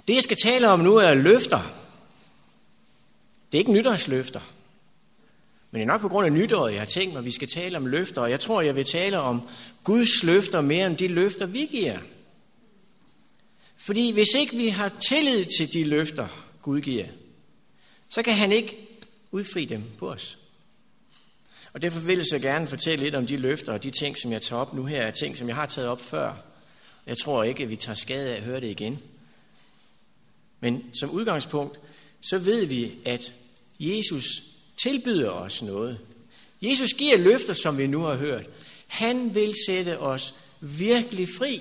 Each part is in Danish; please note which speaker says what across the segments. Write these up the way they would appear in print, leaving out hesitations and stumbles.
Speaker 1: Det, jeg skal tale om nu, er løfter. Det er ikke nytårsløfter. Men det er nok på grund af nytåret, jeg har tænkt mig, at vi skal tale om løfter. Og jeg tror, jeg vil tale om Guds løfter mere end de løfter, vi giver. Fordi hvis ikke vi har tillid til de løfter, Gud giver, så kan han ikke udfri dem på os. Og derfor vil jeg så gerne fortælle lidt om de løfter og de ting, som jeg tager op nu her, er ting, som jeg har taget op før. Jeg tror ikke, at vi tager skade af at høre det igen. Men som udgangspunkt, så ved vi, at Jesus tilbyder os noget. Jesus giver løfter, som vi nu har hørt. Han vil sætte os virkelig fri.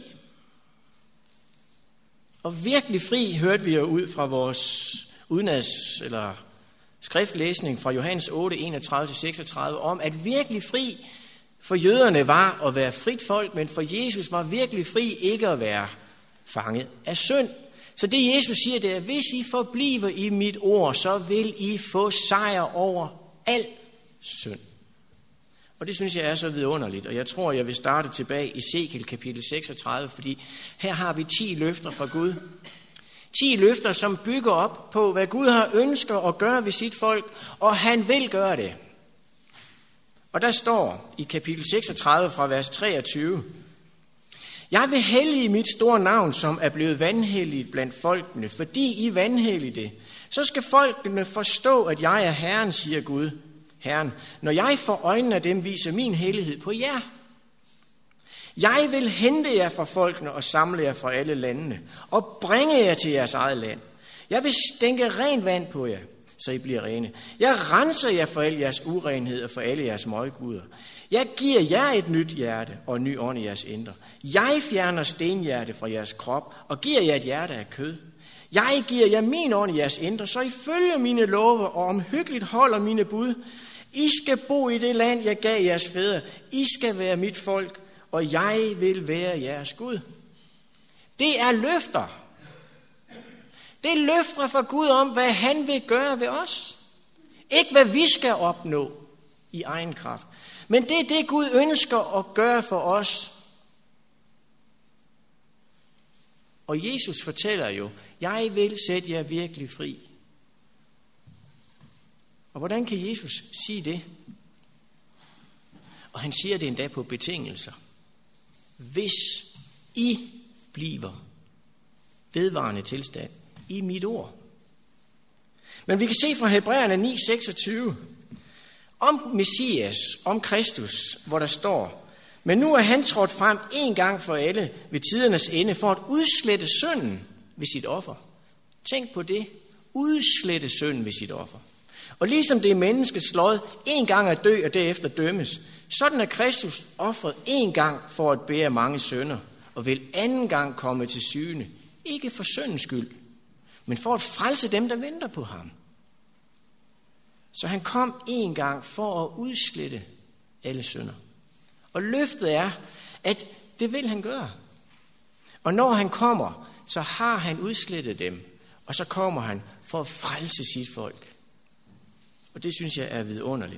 Speaker 1: Og virkelig fri hørte vi jo ud fra vores udenads- eller skriftlæsning fra Johannes 8, 31-36, om at virkelig fri for jøderne var at være frit folk, men for Jesus var virkelig fri ikke at være fanget af synd. Så det Jesus siger, det er, hvis I forbliver i mit ord, så vil I få sejr over al synd. Og det synes jeg er så vidunderligt, og jeg tror, jeg vil starte tilbage i Ezekiel kapitel 36, fordi her har vi 10 løfter fra Gud. 10 løfter, som bygger op på, hvad Gud har ønsket at gøre ved sit folk, og han vil gøre det. Og der står i kapitel 36 fra vers 23, jeg vil hellige mit store navn, som er blevet vanhelligt blandt folkene, fordi I vanhellige det. Så skal folkene forstå, at jeg er Herren, siger Gud. Herren, når jeg for øjnene af dem viser min hellighed på jer. Jeg vil hente jer fra folkene og samle jer fra alle landene og bringe jer til jeres eget land. Jeg vil stænke rent vand på jer, så I bliver rene. Jeg renser jer for al jeres urenhed og for alle jeres møgguder. Jeg giver jer et nyt hjerte og en ny ånd i jeres indre. Jeg fjerner stenhjerte fra jeres krop og giver jer et hjerte af kød. Jeg giver jer min ånd i jeres indre, så I følger mine love og omhyggeligt holder mine bud. I skal bo i det land, jeg gav jeres fædre. I skal være mit folk, og jeg vil være jeres Gud. Det er løfter. Det er løfter fra Gud om, hvad han vil gøre ved os. Ikke hvad vi skal opnå i egen kraft. Men det er det, Gud ønsker at gøre for os. Og Jesus fortæller jo, jeg vil sætte jer virkelig fri. Og hvordan kan Jesus sige det? Og han siger det endda på betingelser. Hvis I bliver vedvarende tilstand i mit ord. Men vi kan se fra Hebræerne 9:26 om Messias, om Kristus, hvor der står, men nu er han trådt frem en gang for alle ved tidernes ende for at udslette synden ved sit offer. Tænk på det. Udslette synden ved sit offer. Og ligesom det er menneskets lod en gang at dø og derefter dømmes, sådan er Kristus offret en gang for at bære mange synder, og vil anden gang komme til syne, ikke for syndens skyld, men for at frelse dem, der venter på ham. Så han kom en gang for at udslette alle synder. Og løftet er, at det vil han gøre. Og når han kommer, så har han udslettet dem, og så kommer han for at frelse sit folk. Og det synes jeg er vidunderligt.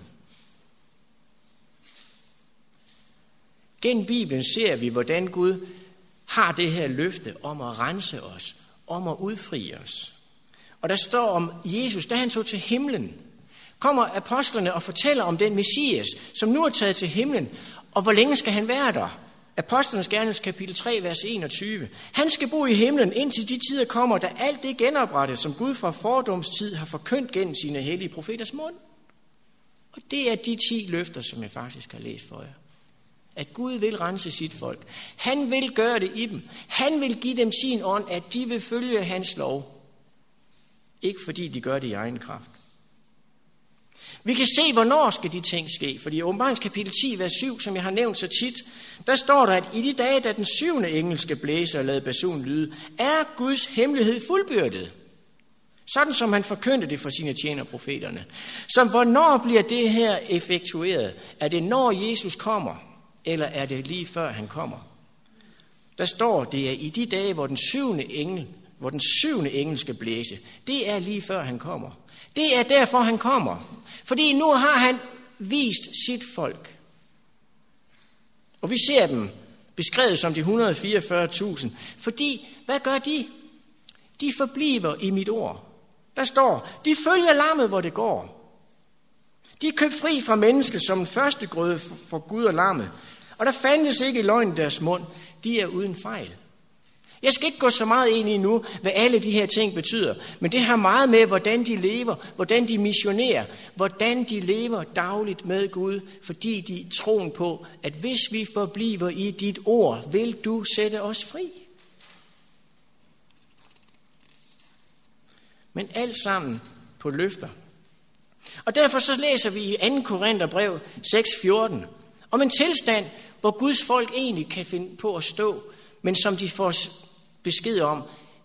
Speaker 1: Gennem Bibelen ser vi, hvordan Gud har det her løfte om at rense os, om at udfri os. Og der står om Jesus, da han tog til himlen, kommer apostlerne og fortæller om den Messias, som nu er taget til himlen, og hvor længe skal han være der? Apostlenes Gerninger kapitel 3, vers 21. Han skal bo i himlen, indtil de tider kommer, da alt det genoprettes, som Gud fra fordomstid har forkyndt gennem sine hellige profeters mund. Og det er de 10 løfter, som jeg faktisk har læst for jer. At Gud vil rense sit folk. Han vil gøre det i dem. Han vil give dem sin ånd, at de vil følge hans lov. Ikke fordi de gør det i egen kraft. Vi kan se, hvornår skal de ting ske. Fordi i Åbenbaringens kapitel 10, vers 7, som jeg har nævnt så tit, der står der, at i de dage, da den 7. engel skal blæse og lade basunen lyde, er Guds hemmelighed fuldbyrdet. Sådan som han forkyndte det for sine tjenere profeterne. Så hvornår bliver det her effektueret? Er det når Jesus kommer, eller er det lige før han kommer? Der står, det er i de dage, hvor den 7. engel skal blæse. Det er lige før han kommer. Det er derfor han kommer. Fordi nu har han vist sit folk. Og vi ser dem beskrevet som de 144.000. Fordi, hvad gør de? de forbliver i mit ord. Der står, de følger lammet, hvor det går. De er købt fri fra mennesket som en første grøde for Gud og lammet. Og der fandtes ikke løgn i deres mund. De er uden fejl. Jeg skal ikke gå så meget ind i nu, hvad alle de her ting betyder. Men det har meget med, hvordan de lever, hvordan de missionerer, hvordan de lever dagligt med Gud, fordi de troen på, at hvis vi forbliver i dit ord, vil du sætte os fri. Men alt sammen på løfter. Og derfor så læser vi i 2. Korintherbrev 6:14 om en tilstand, hvor Guds folk egentlig kan finde på at stå, men som de får besked om,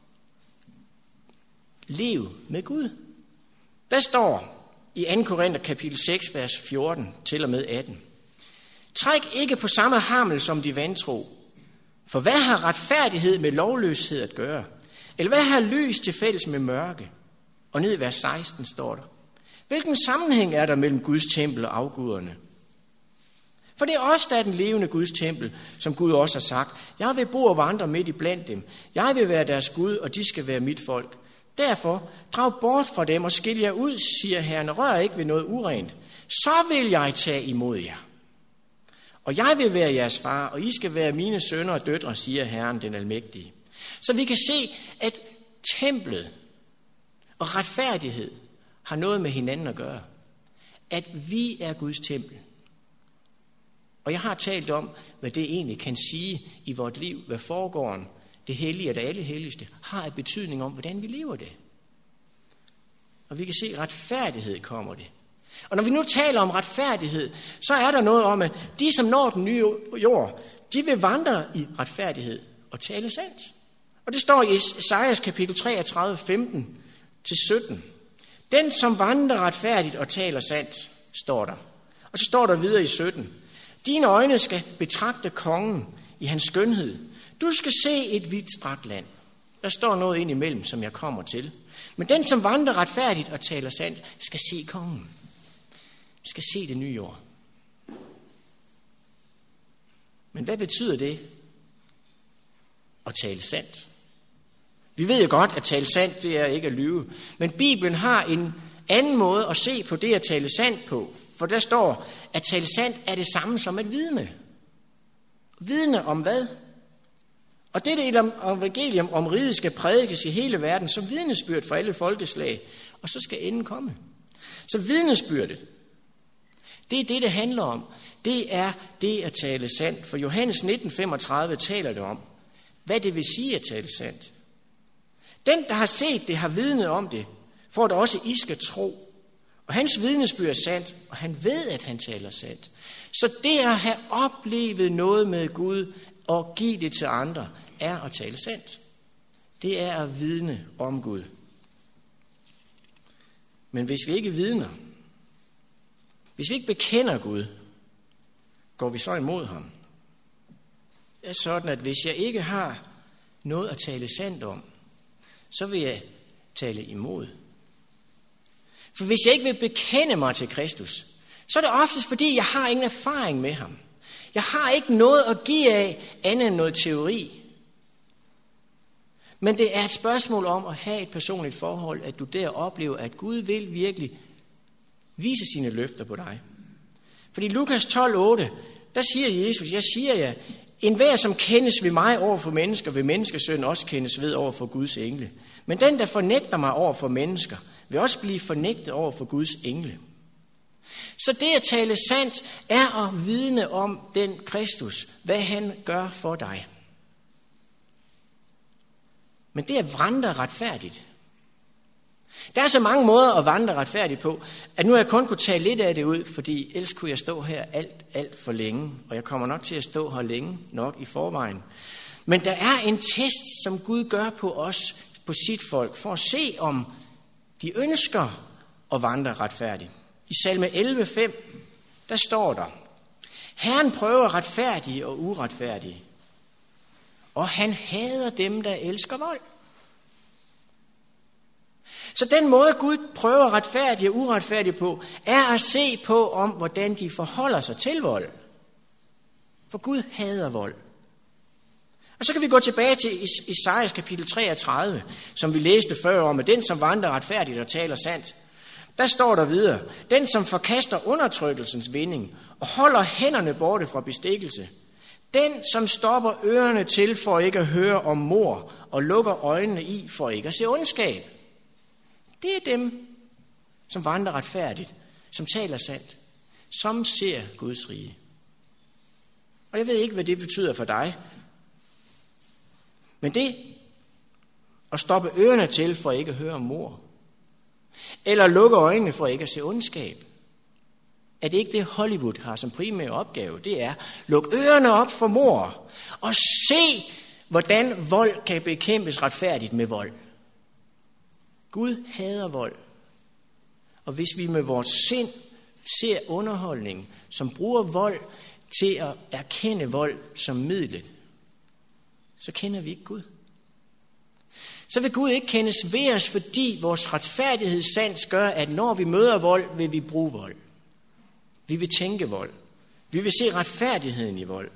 Speaker 1: lev med Gud. Der står i 2. Korinther kapitel 6, vers 14 til og med 18. Træk ikke på samme hammel som de vantro, for hvad har retfærdighed med lovløshed at gøre? Eller hvad har lys til fælles med mørke? Og ned i vers 16 står der, hvilken sammenhæng er der mellem Guds tempel og afguderne? For det er os, der er den levende Guds tempel, som Gud også har sagt. Jeg vil bo og vandre midt i blandt dem. Jeg vil være deres Gud, og de skal være mit folk. Derfor, drag bort fra dem og skil jer ud, siger Herren, rør ikke ved noget urent. Så vil jeg tage imod jer. Og jeg vil være jeres far, og I skal være mine sønner og døtre, siger Herren den almægtige. Så vi kan se, at templet og retfærdighed har noget med hinanden at gøre. At vi er Guds tempel. Og jeg har talt om, hvad det egentlig kan sige i vort liv, hvad foregården, det hellige og det allerhelligste, har en betydning om, hvordan vi lever det. Og vi kan se, at retfærdighed kommer det. Og når vi nu taler om retfærdighed, så er der noget om, at de, som når den nye jord, de vil vandre i retfærdighed og tale sandt. Og det står i Esajas kapitel 33, 15-17. Den, som vandrer retfærdigt og taler sandt, står der. Og så står der videre i 17. Dine øjne skal betragte kongen i hans skønhed. Du skal se et vidtstrakt land. Der står noget ind imellem, som jeg kommer til. Men den, som vandrer retfærdigt og taler sandt, skal se kongen. Skal se det nye jord. Men hvad betyder det at tale sandt? Vi ved jo godt, at tale sandt, det er ikke at lyve. Men Bibelen har en anden måde at se på det at tale sandt på. For der står, at tale sandt er det samme som at vidne. Vidne om hvad? Og dette evangelium om riget skal prædikes i hele verden som vidnesbyrd for alle folkeslag. Og så skal enden komme. Så vidnesbyrdet, det er det handler om. Det er det at tale sandt. For Johannes 19:35 taler det om, hvad det vil sige at tale sandt. Den, der har set det, har vidnet om det, for at også I skal tro. Og hans vidnesbyrd er sandt, og han ved, at han taler sandt. Så det at have oplevet noget med Gud og give det til andre, er at tale sandt. Det er at vidne om Gud. Men hvis vi ikke vidner, hvis vi ikke bekender Gud, går vi så imod ham. Det er sådan, at hvis jeg ikke har noget at tale sandt om, så vil jeg tale imod. For hvis jeg ikke vil bekende mig til Kristus, så er det oftest fordi, jeg har ingen erfaring med ham. Jeg har ikke noget at give af andet end noget teori. Men det er et spørgsmål om at have et personligt forhold, at du der oplever, at Gud vil virkelig vise sine løfter på dig. Fordi Lukas 12:8, der siger Jesus, jeg siger jer, enhver som kendes ved mig over for mennesker, vil menneskesønnen også kendes ved over for Guds engle. Men den, der fornægter mig over for mennesker, vil også blive fornægtet over for Guds engle. Så det at tale sandt er at vidne om den Kristus, hvad han gør for dig. Men det at vandre retfærdigt. Der er så mange måder at vandre retfærdigt på, at nu har jeg kun kunne tage lidt af det ud, fordi ellers kunne jeg stå her alt for længe, og jeg kommer nok til at stå her længe nok i forvejen. Men der er en test, som Gud gør på os, på sit folk, for at se, om de ønsker at vandre retfærdigt. I salme 11:5, der står der, Herren prøver retfærdige og uretfærdige, og han hader dem, der elsker vold. Så den måde, Gud prøver retfærdige og uretfærdige på, er at se på, om hvordan de forholder sig til vold. For Gud hader vold. Og så kan vi gå tilbage til Esajas kapitel 33, som vi læste før om, at den, som vandrer retfærdigt og taler sandt. Der står der videre, den, som forkaster undertrykkelsens vinding og holder hænderne borte fra bestikkelse. Den, som stopper ørerne til for ikke at høre om mord og lukker øjnene i for ikke at se ondskab. Det er dem, som vandrer retfærdigt, som taler sandt, som ser Guds rige. Og jeg ved ikke, hvad det betyder for dig. Men det at stoppe ørerne til for ikke at høre om mord, eller lukke øjnene for ikke at se ondskab, er det ikke det, Hollywood har som primær opgave? Det er, luk ørerne op for mord, og se, hvordan vold kan bekæmpes retfærdigt med vold. Gud hader vold. Og hvis vi med vores sind ser underholdning, som bruger vold til at erkende vold som midlet, så kender vi ikke Gud. Så vil Gud ikke kendes ved os, fordi vores retfærdighedssans gør, at når vi møder vold, vil vi bruge vold. Vi vil tænke vold. Vi vil se retfærdigheden i vold.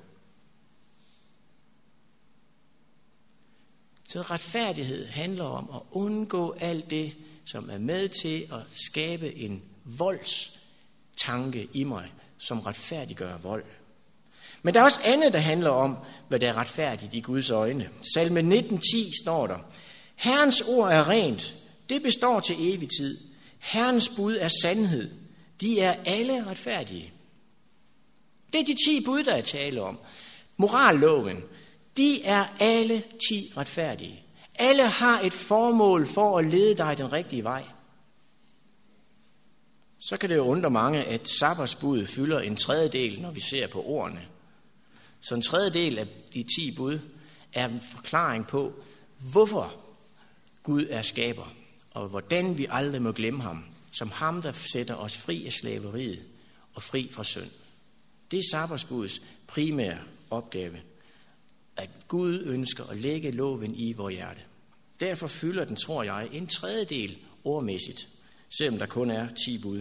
Speaker 1: Så retfærdighed handler om at undgå alt det, som er med til at skabe en voldstanke i mig, som retfærdiggør vold. Men der er også andet, der handler om, hvad der er retfærdigt i Guds øjne. Salme 19:10 står der, Herrens ord er rent, det består til evig tid. Herrens bud er sandhed, de er alle retfærdige. Det er de 10 bud, der er tale om. Moralloven, de er alle 10 retfærdige. Alle har et formål for at lede dig den rigtige vej. Så kan det jo undre mange, at sabbatsbuddet fylder en tredjedel, når vi ser på ordene. Så en tredjedel af de 10 bud er en forklaring på, hvorfor Gud er skaber, og hvordan vi aldrig må glemme ham, som ham, der sætter os fri af slaveriet og fri fra synd. Det er sabbatsbuddets primære opgave, at Gud ønsker at lægge loven i vores hjerte. Derfor fylder den, tror jeg, en tredjedel ordmæssigt, selvom der kun er 10 bud.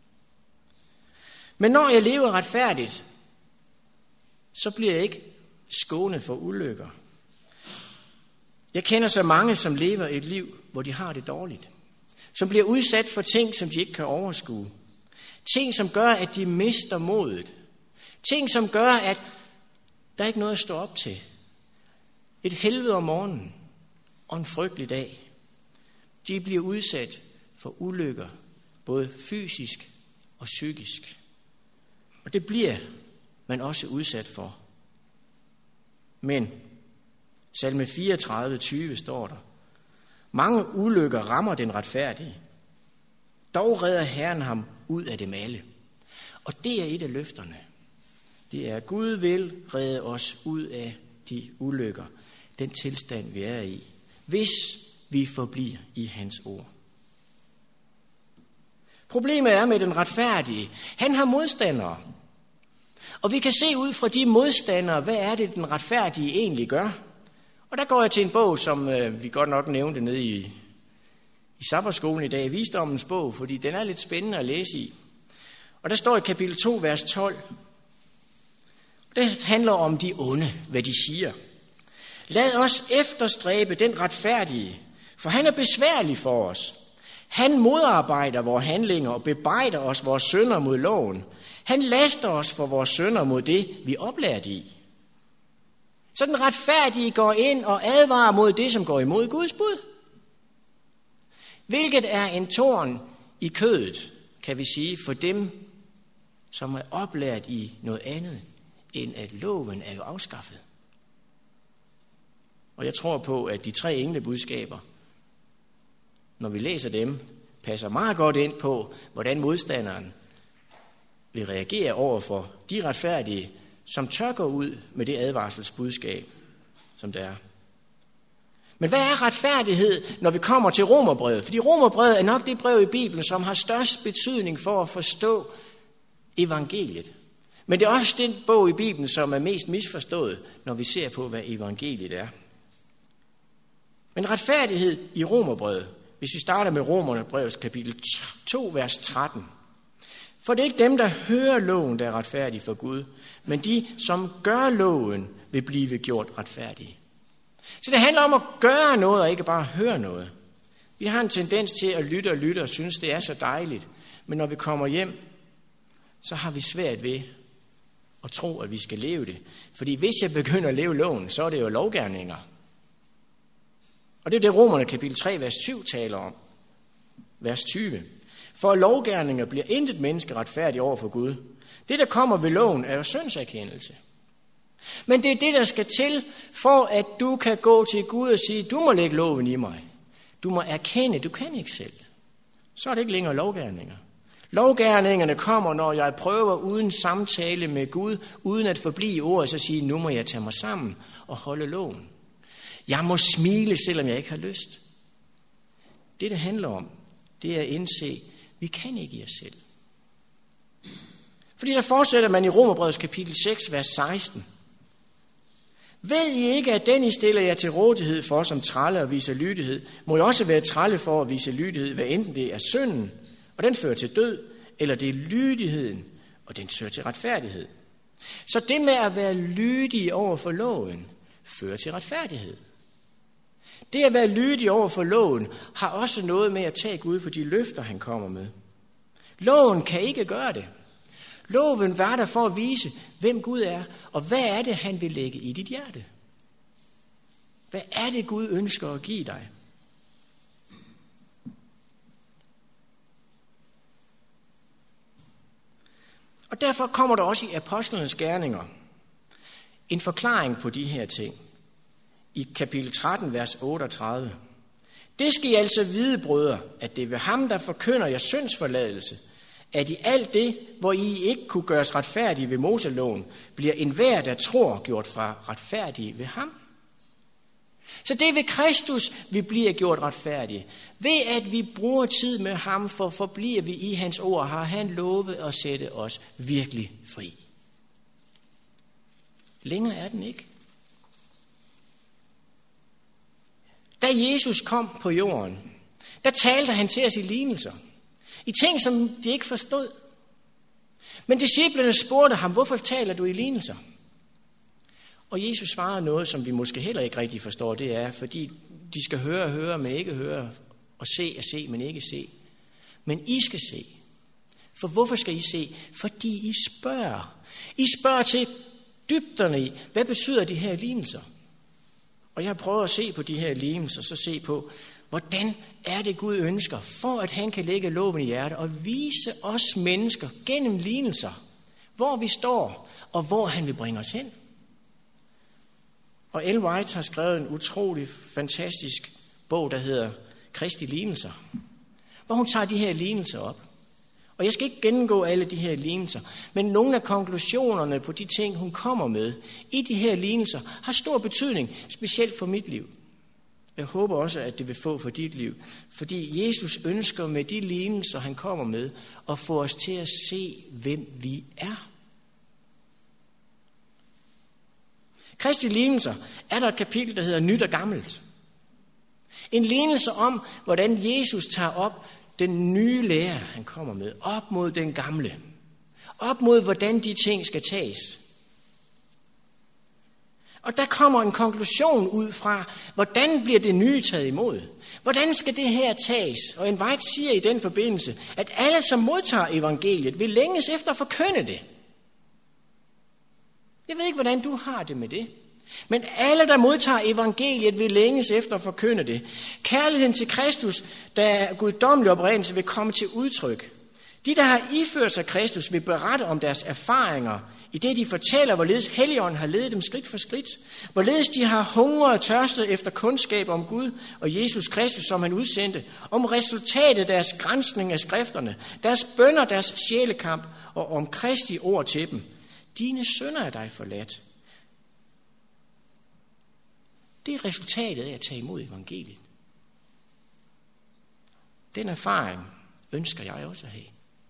Speaker 1: Men når jeg lever retfærdigt, så bliver jeg ikke skånet for ulykker. Jeg kender så mange, som lever et liv, hvor de har det dårligt. Som bliver udsat for ting, som de ikke kan overskue. Ting, som gør, at de mister modet. Ting, som gør, at der ikke er noget at stå op til. Et helvede om morgenen og en frygtelig dag. De bliver udsat for ulykker, både fysisk og psykisk. Og det bliver man også udsat for. Men salme 34:20 står der, mange ulykker rammer den retfærdige. Dog redder Herren ham ud af dem alle. Og det er et af løfterne. Det er, at Gud vil redde os ud af de ulykker, den tilstand vi er i, hvis vi forbliver i hans ord. Problemet er med den retfærdige. Han har modstandere. Og vi kan se ud fra de modstandere, hvad er det, den retfærdige egentlig gør. Og der går jeg til en bog, som vi godt nok nævnte nede i sabbatskolen i dag, Visdommens bog, fordi den er lidt spændende at læse i. Og der står i kapitel 2, vers 12. Det handler om de onde, hvad de siger. Lad os efterstræbe den retfærdige, for han er besværlig for os. Han modarbejder vores handlinger og bebrejder os vores synder mod loven. Han laster os for vores synder mod det, vi oplærte i. Så den retfærdige går ind og advarer mod det, som går imod Guds bud. Hvilket er en torn i kødet, kan vi sige, for dem, som er oplært i noget andet, end at loven er jo afskaffet. Og jeg tror på, at de 3 englebudskaber, når vi læser dem, passer meget godt ind på, hvordan modstanderen vil reagere over for de retfærdige, som tør gå ud med det advarselsbudskab, som det er. Men hvad er retfærdighed, når vi kommer til Romerbrevet? Fordi Romerbrevet er nok det brev i Bibelen, som har størst betydning for at forstå evangeliet. Men det er også den bog i Bibelen, som er mest misforstået, når vi ser på, hvad evangeliet er. Men retfærdighed i Romerbrevet, hvis vi starter med Romerbrevets kapitel 2, vers 13. For det er ikke dem, der hører loven, der er retfærdige for Gud, men de, som gør loven, vil blive gjort retfærdige. Så det handler om at gøre noget, og ikke bare høre noget. Vi har en tendens til at lytte og synes, det er så dejligt. Men når vi kommer hjem, så har vi svært ved at tro, at vi skal leve det. Fordi hvis jeg begynder at leve loven, så er det jo lovgerninger. Og det er det, Romerne kapitel 3, vers 7 taler om. Vers 20. For lovgerninger bliver intet menneske retfærdig over for Gud. Det, der kommer ved loven, er jo syndserkendelse. Men det er det, der skal til, for at du kan gå til Gud og sige, du må lægge loven i mig. Du må erkende, du kan ikke selv. Så er det ikke længere lovgerninger. Lovgerningerne kommer, når jeg prøver uden samtale med Gud, uden at forblive i ordet, så sige, nu må jeg tage mig sammen og holde loven. Jeg må smile, selvom jeg ikke har lyst. Det handler om, det er at indse, vi kan ikke i os selv. Fordi der fortsætter man i Romerbrevets kapitel 6, vers 16. Ved I ikke, at den I stiller jer til rådighed for som tralle og viser lydighed, må I også være tralle for at vise lydighed, hvad enten det er synden, og den fører til død, eller det er lydigheden, og den fører til retfærdighed. Så det med at være lydig over for loven, fører til retfærdighed. Det at være lydig over for loven, har også noget med at tage Gud på de løfter, han kommer med. Loven kan ikke gøre det. Loven var der for at vise, hvem Gud er, og hvad er det, han vil lægge i dit hjerte? Hvad er det, Gud ønsker at give dig? Og derfor kommer der også i apostlenes gerninger en forklaring på de her ting. I kapitel 13, vers 38. Det skal I altså vide, brødre, at det er ved ham, der forkynder jer syndsforladelse, at i alt det, hvor I ikke kunne gøres retfærdige ved Moseloven, bliver enhver, der tror, gjort fra retfærdige ved ham. Så det er ved Kristus, vi bliver gjort retfærdige. Ved at vi bruger tid med ham, for forbliver vi i hans ord, har han lovet at sætte os virkelig fri. Længere er den ikke. Da Jesus kom på jorden, der talte han til os i lignelser. I ting, som de ikke forstod. Men disciplene spurgte ham, hvorfor taler du i lignelser? Og Jesus svarede noget, som vi måske heller ikke rigtig forstår. Det er, fordi de skal høre, men ikke høre. Og se, men ikke se. Men I skal se. For hvorfor skal I se? Fordi I spørger. I spørger til dybderne i, hvad betyder de her lignelser? Og jeg prøver at se på de her lignelser, så se på, hvordan er det Gud ønsker, for at han kan lægge loven i hjertet og vise os mennesker gennem lignelser, hvor vi står og hvor han vil bringe os hen. Og Ellen White har skrevet en utrolig fantastisk bog, der hedder Kristi lignelser, hvor hun tager de her lignelser op. Og jeg skal ikke gennemgå alle de her lignelser, men nogle af konklusionerne på de ting, hun kommer med i de her lignelser, har stor betydning, specielt for mit liv. Jeg håber også, at det vil få for dit liv, fordi Jesus ønsker med de lignelser, han kommer med, at få os til at se, hvem vi er. Kristi lignelser er der et kapitel, der hedder Nyt og Gammelt. En lignelse om, hvordan Jesus tager op den nye lære, han kommer med, op mod den gamle. Op mod, hvordan de ting skal tages. Og der kommer en konklusion ud fra, hvordan bliver det nye taget imod? Hvordan skal det her tages? Og en White siger i den forbindelse, at alle, som modtager evangeliet, vil længes efter at forkynde det. Jeg ved ikke, hvordan du har det med det. Men alle, der modtager evangeliet, vil længes efter at forkynde det. Kærligheden til Kristus, der er guddommelig oprindelse, vil komme til udtryk. De, der har iført sig Kristus, vil berette om deres erfaringer, i det de fortæller, hvorledes Helligånden har ledet dem skridt for skridt. Hvorledes de har hungret og tørstet efter kundskab om Gud og Jesus Kristus, som han udsendte. Om resultatet af deres granskning af skrifterne, deres bønner, deres sjælekamp og om Kristi ord til dem. Dine synder er dig forladt. Det er resultatet af at tage imod evangeliet. Den erfaring ønsker jeg også at have.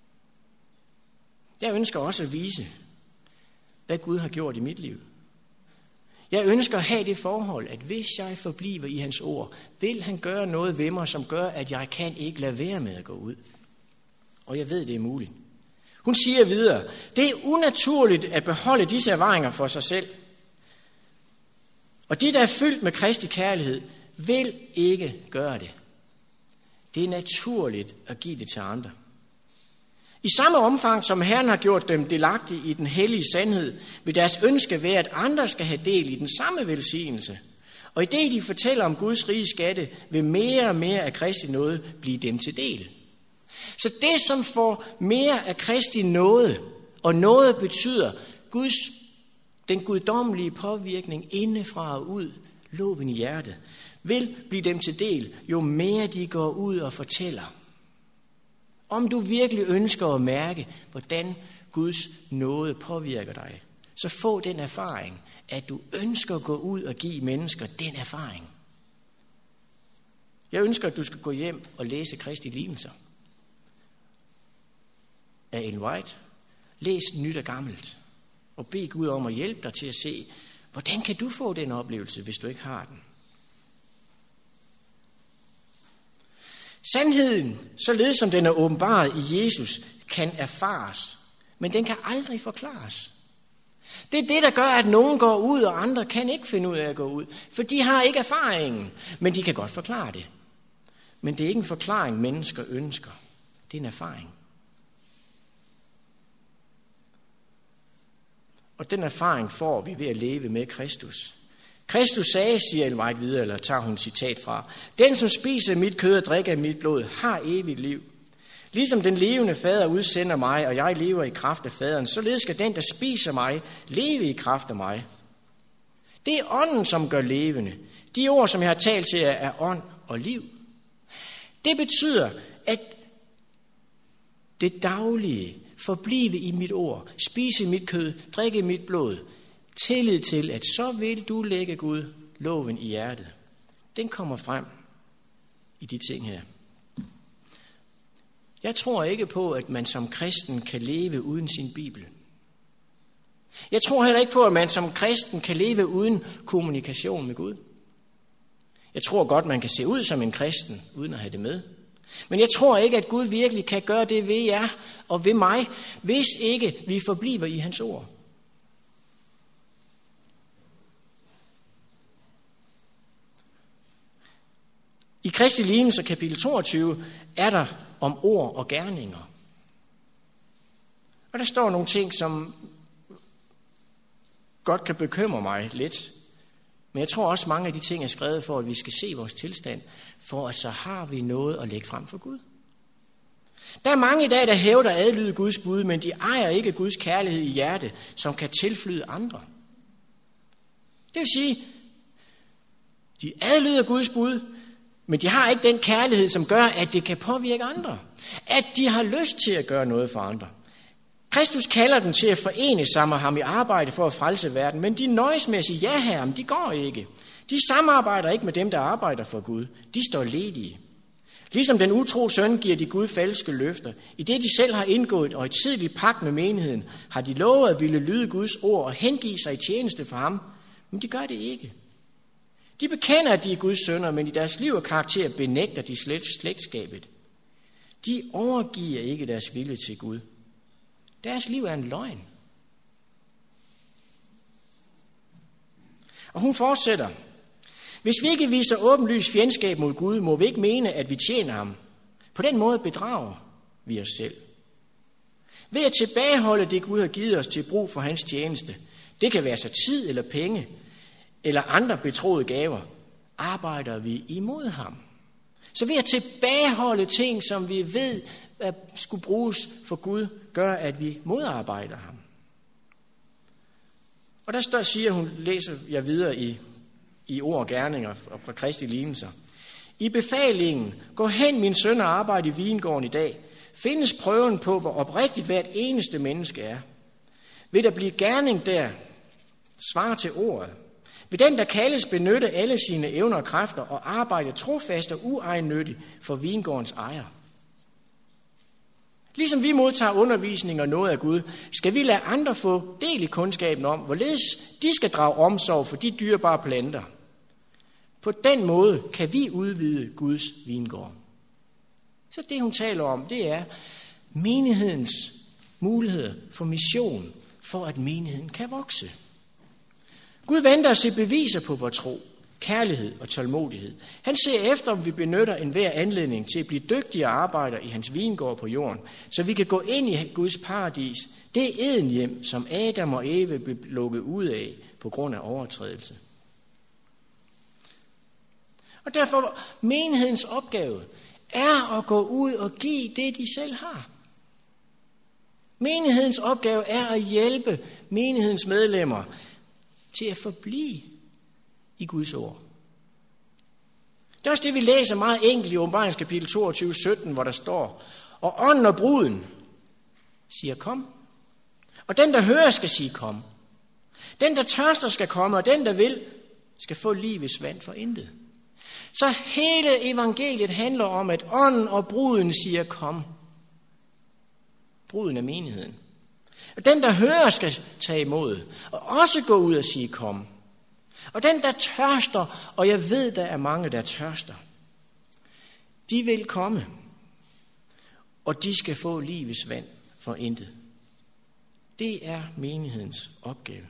Speaker 1: Jeg ønsker også at vise, hvad Gud har gjort i mit liv. Jeg ønsker at have det forhold, at hvis jeg forbliver i hans ord, vil han gøre noget ved mig, som gør, at jeg kan ikke lade være med at gå ud. Og jeg ved, det er muligt. Hun siger videre, det er unaturligt at beholde disse erfaringer for sig selv. Og de, der er fyldt med Kristi kærlighed, vil ikke gøre det. Det er naturligt at give det til andre. I samme omfang, som Herren har gjort dem delagtige i den hellige sandhed, vil deres ønske være, at andre skal have del i den samme velsignelse. Og i det, de fortæller om Guds rige skatte, vil mere og mere af Kristi nåde blive dem til del. Så det, som får mere af Kristi nåde, og nåde betyder den guddommelige påvirkning indefra og ud, loven i hjertet, vil blive dem til del, jo mere de går ud og fortæller. Om du virkelig ønsker at mærke, hvordan Guds nåde påvirker dig, så få den erfaring, at du ønsker at gå ud og give mennesker den erfaring. Jeg ønsker, at du skal gå hjem og læse Kristi lignelser af Ellen White. Læs nyt og gammelt, og bed Gud om at hjælpe dig til at se, hvordan kan du få den oplevelse, hvis du ikke har den. Sandheden, således som den er åbenbaret i Jesus, kan erfares, men den kan aldrig forklares. Det er det, der gør, at nogen går ud, og andre kan ikke finde ud af at gå ud, for de har ikke erfaringen, men de kan godt forklare det. Men det er ikke en forklaring, mennesker ønsker. Det er en erfaring. Og den erfaring får vi ved at leve med Kristus. Kristus sagde, siger Ellen White videre, eller tager hun citat fra, den, som spiser mit kød og drikker mit blod, har evigt liv. Ligesom den levende fader udsender mig, og jeg lever i kraft af faderen, således skal den, der spiser mig, leve i kraft af mig. Det er ånden, som gør levende. De ord, som jeg har talt til jer, er ånd og liv. Det betyder, at det daglige forblive i mit ord, spise mit kød, drikke mit blod, tillid til, at så vil du lægge Gud loven i hjertet. Den kommer frem i de ting her. Jeg tror ikke på, at man som kristen kan leve uden sin Bibel. Jeg tror heller ikke på, at man som kristen kan leve uden kommunikation med Gud. Jeg tror godt, man kan se ud som en kristen, uden at have det med. Men jeg tror ikke, at Gud virkelig kan gøre det ved jer og ved mig, hvis ikke vi forbliver i hans ord. I Kristi lignelse kapitel 22 er der om ord og gerninger. Og der står nogle ting, som godt kan bekymre mig lidt. Men jeg tror også, mange af de ting er skrevet for, at vi skal se vores tilstand, for at så har vi noget at lægge frem for Gud. Der er mange i dag, der hævder at adlyde Guds bud, men de ejer ikke Guds kærlighed i hjertet, som kan tilflyde andre. Det vil sige, de adlyder Guds bud, men de har ikke den kærlighed, som gør, at det kan påvirke andre. At de har lyst til at gøre noget for andre. Kristus kalder dem til at forene sig med ham i arbejde for at frelse verden, men de nøjes med at sige, ja herre, men de går ikke. De samarbejder ikke med dem, der arbejder for Gud. De står ledige. Ligesom den utro søn giver de Gud falske løfter. I det de selv har indgået et højtideligt pagt med menigheden, har de lovet at ville lyde Guds ord og hengive sig i tjeneste for ham, men de gør det ikke. De bekender, at de er Guds sønner, men i deres liv og karakter benægter de slægtskabet. De overgiver ikke deres vilje til Gud. Deres liv er en løgn. Og hun fortsætter. Hvis vi ikke viser åbenlys fjendskab mod Gud, må vi ikke mene, at vi tjener ham. På den måde bedrager vi os selv. Ved at tilbageholde det, Gud har givet os til brug for hans tjeneste, det kan være så tid eller penge, eller andre betroede gaver, arbejder vi imod ham. Så ved at tilbageholde ting, som vi ved, at skulle bruges for Gud, gør, at vi modarbejder ham. Og der siger hun, læser jeg videre i ord og gerninger fra Kristi lignelser. I befalingen, gå hen min søn og arbejde i vingården i dag, findes prøven på, hvor oprigtigt hvert eneste menneske er. Vil der blive gerning der, svar til ordet. Vil den, der kaldes, benytte alle sine evner og kræfter og arbejde trofast og uegennyttigt for vingårdens ejer. Ligesom vi modtager undervisning og noget af Gud, skal vi lade andre få del i kundskaben om, hvorledes de skal drage omsorg for de dyrebare planter. På den måde kan vi udvide Guds vingård. Så det, hun taler om, det er menighedens muligheder for mission, for at menigheden kan vokse. Gud venter at se beviser på vores tro, kærlighed og tålmodighed. Han ser efter, om vi benytter enhver anledning til at blive dygtige arbejdere i hans vingård på jorden, så vi kan gå ind i Guds paradis. Det er Edenhjem, som Adam og Eve blev lukket ud af på grund af overtrædelse. Og derfor menighedens opgave er at gå ud og give det, de selv har. Menighedens opgave er at hjælpe menighedens medlemmer til at forblive i Guds ord. Det er også det, vi læser meget enkelt i Åbenbaringens kapitel 22, 17, hvor der står, og ånden og bruden siger kom. Og den, der hører, skal sige kom. Den, der tørster, skal komme, og den, der vil, skal få livets vand for intet. Så hele evangeliet handler om, at ånden og bruden siger kom. Bruden er menigheden. Og den, der hører, skal tage imod, og også gå ud og sige kom. Og den, der tørster, og jeg ved, der er mange, der tørster, de vil komme, og de skal få livets vand for intet. Det er menighedens opgave.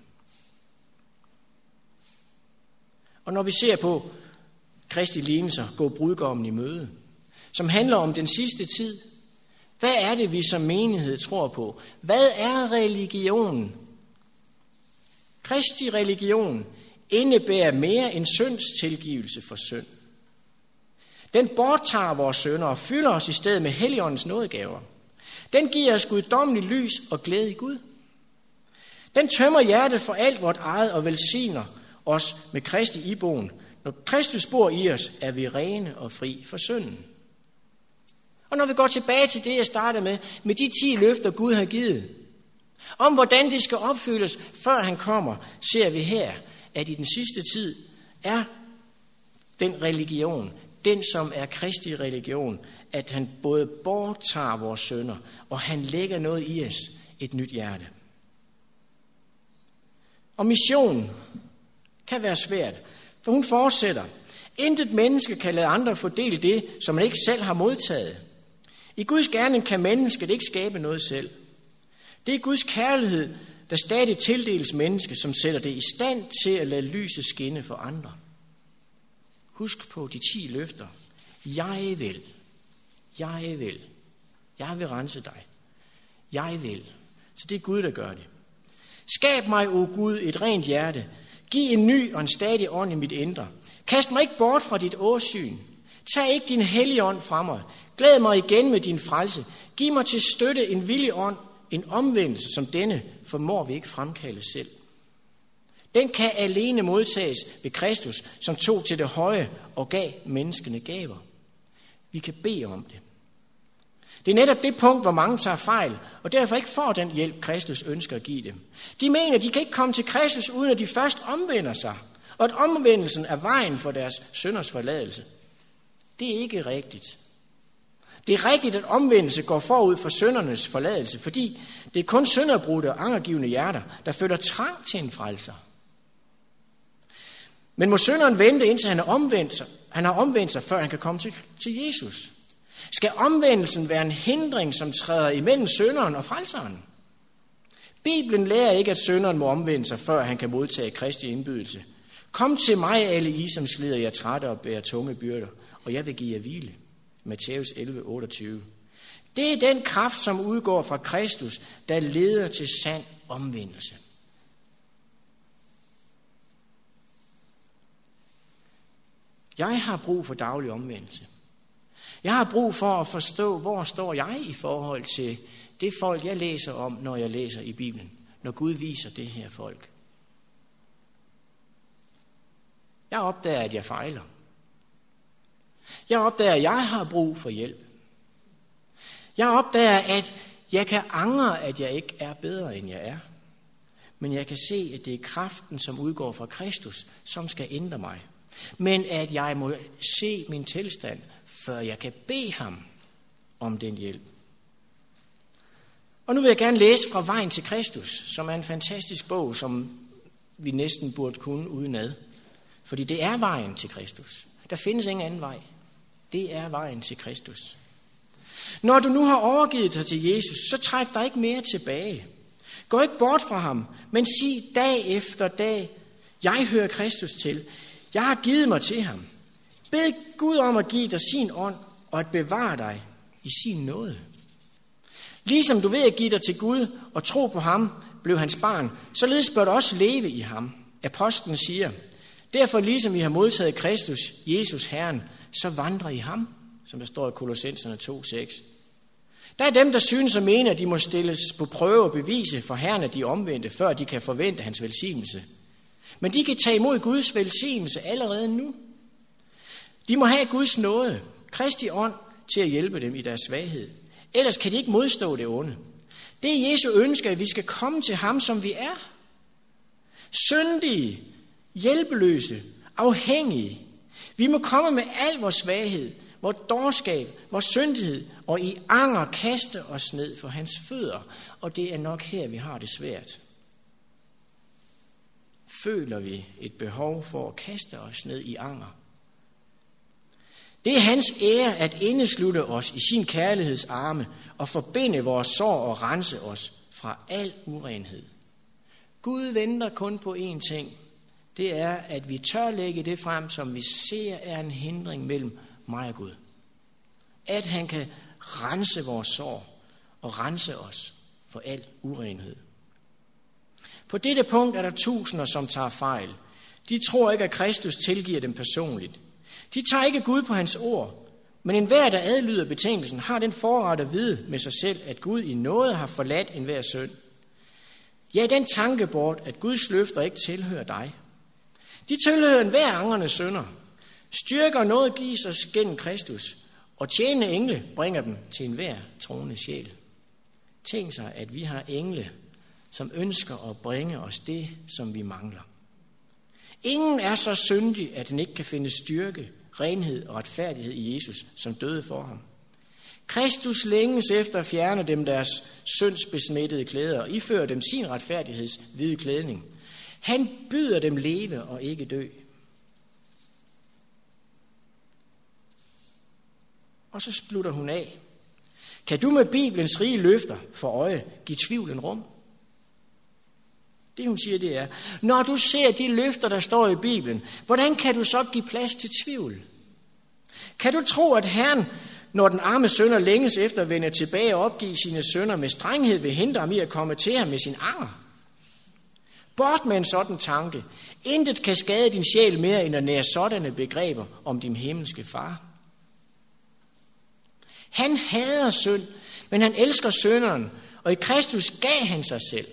Speaker 1: Og når vi ser på Kristi lignelser, gå brudgommen i møde, som handler om den sidste tid, hvad er det, vi som menighed tror på? Hvad er religionen? Kristi religion indebærer mere end synds tilgivelse for synd. Den borttager vores synder og fylder os i stedet med Helligåndens nådegaver. Den giver os guddommelig lys og glæde i Gud. Den tømmer hjertet for alt vort eget og velsigner os med Kristi iboen. Når Kristus bor i os, er vi rene og fri for synden. Og når vi går tilbage til det, jeg startede med de 10 løfter, Gud har givet, om hvordan det skal opfyldes, før han kommer, ser vi her, at i den sidste tid er den religion, den som er Kristi religion, at han både borttager vores synder, og han lægger noget i os, et nyt hjerte. Og mission kan være svært, for hun fortsætter. Intet menneske kan lade andre fordele det, som man ikke selv har modtaget. I Guds gerning kan mennesket ikke skabe noget selv. Det er Guds kærlighed, der stadig tildeles menneske, som sætter det i stand til at lade lyset skinne for andre. Husk på de 10 løfter. Jeg vil. Jeg vil. Jeg vil rense dig. Jeg vil. Så det er Gud, der gør det. Skab mig, o Gud, et rent hjerte. Giv en ny og en stadig ånd i mit indre. Kast mig ikke bort fra dit åsyn. Tag ikke din hellige ånd fra mig. Glæd mig igen med din frelse. Giv mig til støtte en villig ånd. En omvendelse som denne formår vi ikke fremkalde selv. Den kan alene modtages ved Kristus, som tog til det høje og gav menneskene gaver. Vi kan bede om det. Det er netop det punkt, hvor mange tager fejl, og derfor ikke får den hjælp, Kristus ønsker at give dem. De mener, de kan ikke komme til Kristus, uden at de først omvender sig, og at omvendelsen er vejen for deres synders forladelse. Det er ikke rigtigt. Det er rigtigt, at omvendelse går forud for syndernes forladelse, fordi det er kun synderbrudte og angergivende hjerter, der føler trang til en frelser. Men må synderen vente, indtil han har omvendt sig, før han kan komme til Jesus? Skal omvendelsen være en hindring, som træder imellem synderen og frelseren? Bibelen lærer ikke, at synderen må omvende sig, før han kan modtage Kristi indbydelse. Kom til mig, alle I, som slider jer trætte og bærer tunge byrder, og jeg vil give jer hvile. Matthæus 11, 28. Det er den kraft, som udgår fra Kristus, der leder til sand omvendelse. Jeg har brug for daglig omvendelse. Jeg har brug for at forstå, hvor står jeg i forhold til det folk, jeg læser om, når jeg læser i Bibelen. Når Gud viser det her folk. Jeg opdager, at jeg fejler. Jeg opdager, at jeg har brug for hjælp. Jeg opdager, at jeg kan angre, at jeg ikke er bedre, end jeg er. Men jeg kan se, at det er kraften, som udgår fra Kristus, som skal ændre mig. Men at jeg må se min tilstand, før jeg kan bede ham om den hjælp. Og nu vil jeg gerne læse fra Vejen til Kristus, som er en fantastisk bog, som vi næsten burde kunne udenad. Fordi det er vejen til Kristus. Der findes ingen anden vej. Det er vejen til Kristus. Når du nu har overgivet dig til Jesus, så træk dig ikke mere tilbage. Gå ikke bort fra ham, men sig dag efter dag, Jeg hører Kristus til. Jeg har givet mig til ham. Bed Gud om at give dig sin ånd og at bevare dig i sin nåde. Ligesom du ved at give dig til Gud og tro på ham, blev hans barn, således bør du også leve i ham. Apostlen siger, derfor ligesom I har modtaget Kristus, Jesus Herren, så vandrer I ham, som der står i Kolossenserne 2:6. Der er dem, der synes og mener, at de må stilles på prøve og bevise for Herren, at de er omvendte, før de kan forvente hans velsignelse. Men de kan tage imod Guds velsignelse allerede nu. De må have Guds nåde, Kristi ånd, til at hjælpe dem i deres svaghed. Ellers kan de ikke modstå det onde. Det er Jesu ønske, at vi skal komme til ham, som vi er. Syndige, hjælpeløse, afhængige. Vi må komme med al vores svaghed, vores dårskab, vores syndighed, og i anger kaste os ned for hans fødder. Og det er nok her, vi har det svært. Føler vi et behov for at kaste os ned i anger? Det er hans ære at indeslutte os i sin kærlighedsarme og forbinde vores sår og rense os fra al urenhed. Gud venter kun på én ting. Det er, at vi tør lægge det frem, som vi ser er en hindring mellem mig og Gud. At han kan rense vores sår og rense os for al urenhed. På dette punkt er der tusinder, som tager fejl. De tror ikke, at Kristus tilgiver dem personligt. De tager ikke Gud på hans ord, men enhver, der adlyder betingelsen, har den forret at vide med sig selv, at Gud i nåde har forladt enhver synd. Ja, den tanke bort, at Guds løfter ikke tilhører dig. De tilhører enhver angrende synder. Styrke og noget gives os gennem Kristus, og tjenende engle bringer dem til enhver troende sjæl. Tænk sig, at vi har engle, som ønsker at bringe os det, som vi mangler. Ingen er så syndig, at den ikke kan finde styrke, renhed og retfærdighed i Jesus, som døde for ham. Kristus længes efter at fjerne dem deres syndsbesmittede klæder og iføre dem sin retfærdigheds hvide klædning. Han byder dem leve og ikke dø. Og så slutter hun af. Kan du med Bibelens rige løfter for øje give tvivlen rum? Det hun siger, det er, når du ser de løfter, der står i Bibelen, hvordan kan du så give plads til tvivl? Kan du tro, at Herren, når den arme sønder længes efter at vende tilbage og opgive sine sønner med strenghed, vil hindre ham i at komme til ham med sin anger? Bort med en sådan tanke. Intet kan skade din sjæl mere, end at nære sådanne begreber om din himmelske far. Han hader synd, men han elsker synderen, og i Kristus gav han sig selv.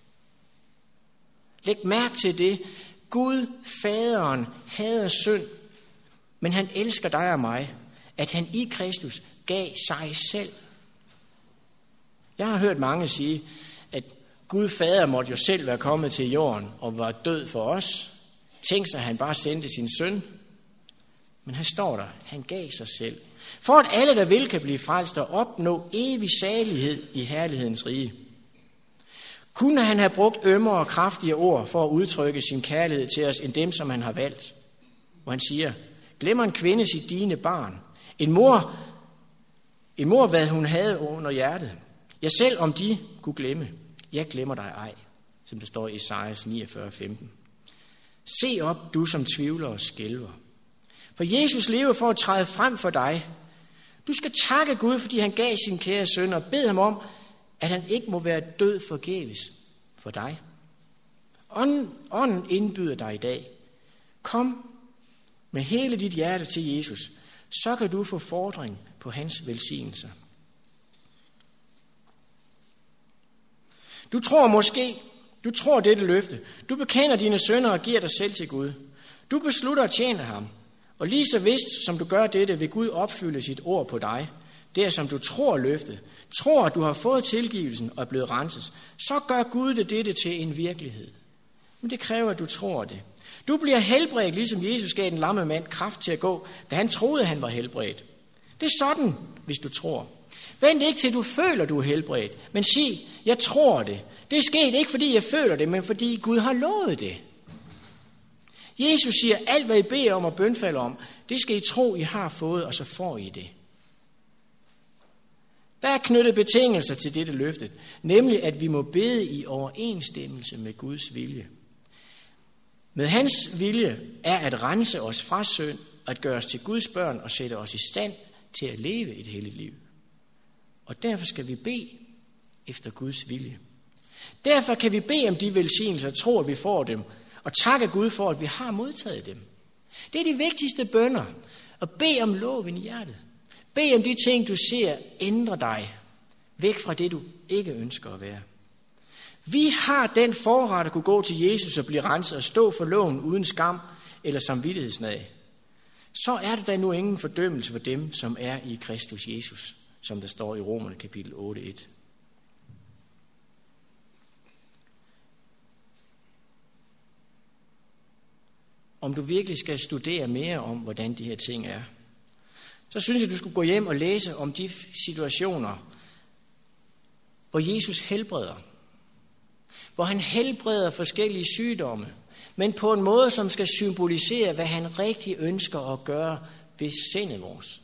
Speaker 1: Læg mærke til det. Gud, faderen, hader synd, men han elsker dig og mig, at han i Kristus gav sig selv. Jeg har hørt mange sige, at Gud fader måtte jo selv være kommet til jorden og var død for os. Tænk sig, at han bare sendte sin søn. Men han står der, han gav sig selv. For at alle, der vil, kan blive frelst og opnå evig salighed i herlighedens rige. Kunne han have brugt ømmere og kraftige ord for at udtrykke sin kærlighed til os, end dem, som han har valgt? Hvor han siger, glemmer en kvinde sit dine barn. En mor, hvad hun havde under hjertet. Ja, selv om de kunne glemme. Jeg glemmer dig ej, som der står i Esajas 49:15. Se op, du som tvivler og skælver. For Jesus lever for at træde frem for dig. Du skal takke Gud, fordi han gav sin kære søn, og bed ham om, at han ikke må være død forgæves for dig. Ånden indbyder dig i dag. Kom med hele dit hjerte til Jesus, så kan du få fordring på hans velsignelser. Du tror dette løfte. Du bekender dine synder og giver dig selv til Gud. Du beslutter at tjene ham. Og lige så vist som du gør dette, vil Gud opfylde sit ord på dig. Der som du tror løftet, tror at du har fået tilgivelsen og er blevet renset, så gør Gud dette til en virkelighed. Men det kræver, at du tror det. Du bliver helbredt, ligesom Jesus gav den lamme mand kraft til at gå, da han troede, han var helbredt. Det er sådan, hvis du tror. Vent ikke til du føler, du er helbredt, men sig, jeg tror det. Det er sket ikke, fordi jeg føler det, men fordi Gud har lovet det. Jesus siger, alt hvad I beder om og bønfalder om, det skal I tro, I har fået, og så får I det. Der er knyttet betingelser til dette løfte, nemlig at vi må bede i overensstemmelse med Guds vilje. Med hans vilje er at rense os fra synd, at gøre os til Guds børn og sætte os i stand til at leve et helligt liv. Og derfor skal vi bede efter Guds vilje. Derfor kan vi bede om de velsignelser, tro at vi får dem, og takke Gud for, at vi har modtaget dem. Det er de vigtigste bønner. At bede om loven i hjertet. Bed om de ting, du ser, ændre dig væk fra det, du ikke ønsker at være. Vi har den forret at kunne gå til Jesus og blive renset og stå for loven uden skam eller samvittighedsnag. Så er der da nu ingen fordømmelse for dem, som er i Kristus Jesus, som der står i Romerne kapitel 8:1. Om du virkelig skal studere mere om, hvordan de her ting er, så synes jeg, du skulle gå hjem og læse om de situationer, hvor Jesus helbreder. Hvor han helbreder forskellige sygdomme, men på en måde, som skal symbolisere, hvad han rigtig ønsker at gøre ved sindet vores.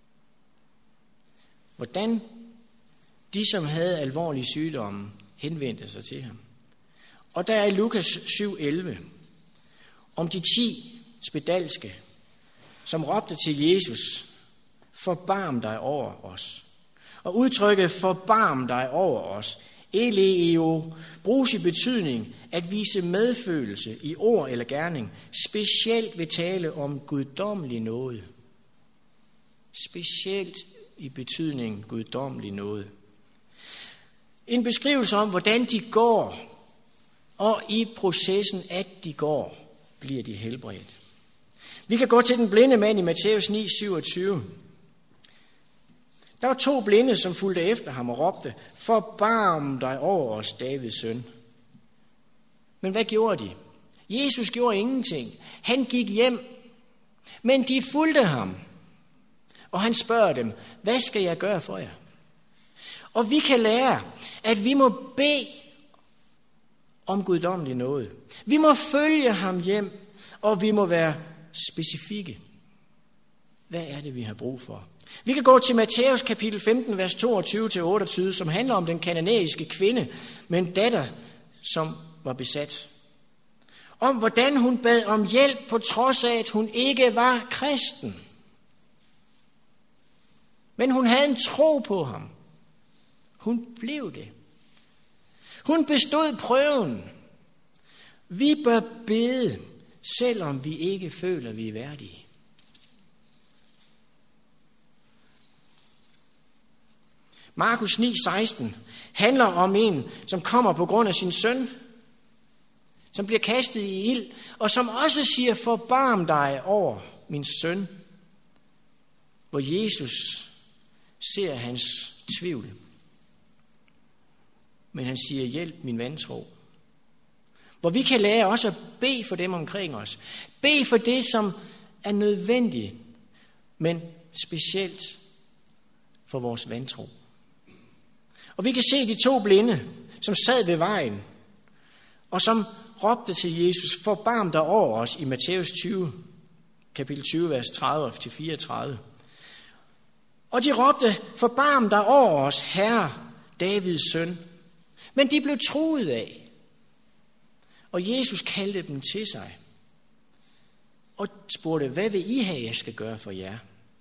Speaker 1: Hvordan de, som havde alvorlige sygdomme, henvendte sig til ham. Og der er i Lukas 7:11 om de 10 spedalske, som råbte til Jesus, forbarm dig over os. Og udtrykket forbarm dig over os, eleo, bruges i betydning at vise medfølelse i ord eller gerning, specielt ved tale om guddommelig nåde. Specielt i betydning guddommelig nåde. En beskrivelse om, hvordan de går, og i processen, at de går, bliver de helbredt. Vi kan gå til den blinde mand i Matthæus 9:27. Der var 2 blinde, som fulgte efter ham og råbte, forbarm dig over os, Davids søn. Men hvad gjorde de? Jesus gjorde ingenting. Han gik hjem, men de fulgte ham. Og han spørger dem, hvad skal jeg gøre for jer? Og vi kan lære, at vi må bede om guddommelig nåde. Vi må følge ham hjem, og vi må være specifikke. Hvad er det, vi har brug for? Vi kan gå til Matthæus kapitel 15, vers 22-28, som handler om den kananæiske kvinde med en datter, som var besat. Om hvordan hun bad om hjælp, på trods af, at hun ikke var kristen. Men hun havde en tro på ham. Hun blev det. Hun bestod prøven. Vi bør bede, selvom vi ikke føler, vi er værdige. Markus 9:16 handler om en, som kommer på grund af sin søn, som bliver kastet i ild, og som også siger, forbarm dig over min søn, hvor Jesus ser hans tvivl. Men han siger, hjælp min vantro. Hvor vi kan lære også at bede for dem omkring os. Bede for det, som er nødvendigt, men specielt for vores vantro. Og vi kan se de 2 blinde, som sad ved vejen, og som råbte til Jesus, forbarm dig over os, i Matthæus 20, kapitel 20, vers 30-34. Og de råbte, forbarm dig over os, Herre, Davids søn. Men de blev truet af. Og Jesus kaldte dem til sig. Og spurgte, hvad vil I have, jeg skal gøre for jer?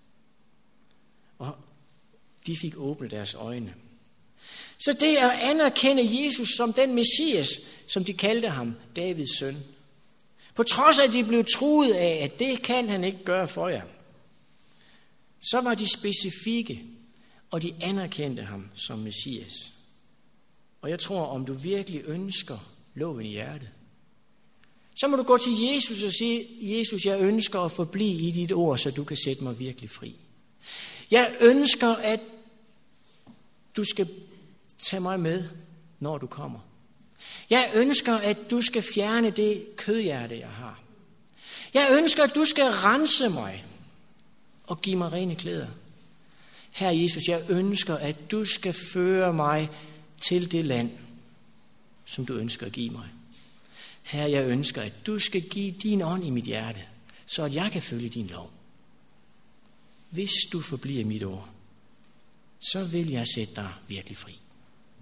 Speaker 1: Og de fik åbnet deres øjne. Så det er at anerkende Jesus som den Messias, som de kaldte ham, Davids søn. På trods af, at de blev truet af, at det kan han ikke gøre for jer, så var de specifikke, og de anerkendte ham som Messias. Og jeg tror, om du virkelig ønsker loven i hjertet, så må du gå til Jesus og sige, Jesus, jeg ønsker at forblive i dit ord, så du kan sætte mig virkelig fri. Jeg ønsker, at du skal tage mig med, når du kommer. Jeg ønsker, at du skal fjerne det kødhjerte, jeg har. Jeg ønsker, at du skal rense mig og give mig rene klæder. Herre Jesus, jeg ønsker, at du skal føre mig til det land, som du ønsker at give mig. Herre, jeg ønsker, at du skal give din ånd i mit hjerte, så at jeg kan følge din lov. Hvis du forbliver mit ord, så vil jeg sætte dig virkelig fri.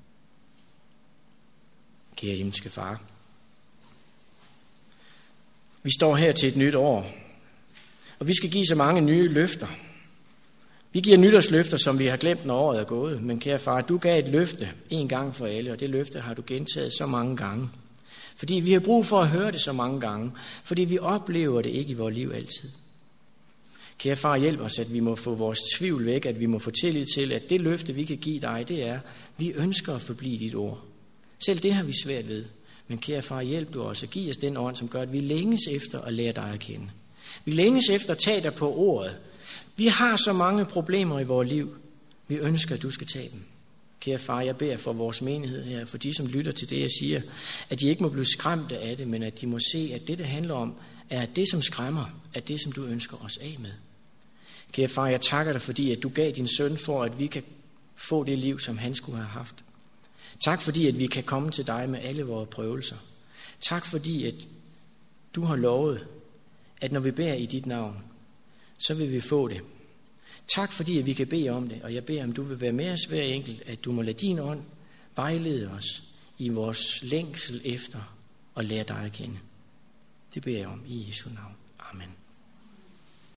Speaker 1: Kære himmelske far, Vi står her til et nyt år, og vi skal give så mange nye løfter. Vi giver nytårsløfter, som vi har glemt, når året er gået. Men kære far, du gav et løfte en gang for alle, og det løfte har du gentaget så mange gange. Fordi vi har brug for at høre det så mange gange, fordi vi oplever det ikke i vores liv altid. Kære far, hjælp os, at vi må få vores tvivl væk, at vi må få tillid til, at det løfte, vi kan give dig, det er, vi ønsker at forblive dit ord. Selv det har vi svært ved. Men kære far, hjælp du os og giv os den ånd, som gør, at vi længes efter at lære dig at kende. Vi længes efter at tage dig på ordet. Vi har så mange problemer i vores liv. Vi ønsker, at du skal tage dem. Kære far, jeg beder for vores menighed her, for de, som lytter til det, jeg siger, at de ikke må blive skræmte af det, men at de må se, at det handler om, er det, som skræmmer, er det, som du ønsker os af med. Kære far, jeg takker dig, fordi at du gav din søn for, at vi kan få det liv, som han skulle have haft. Tak fordi, at vi kan komme til dig med alle vores prøvelser. Tak fordi, at du har lovet, at når vi beder i dit navn, så vil vi få det. Tak fordi, at vi kan bede om det, og jeg beder, om du vil være med os hver enkelt, at du må lade din ånd vejlede os i vores længsel efter at lære dig at kende. Det beder jeg om i Jesu navn. Amen.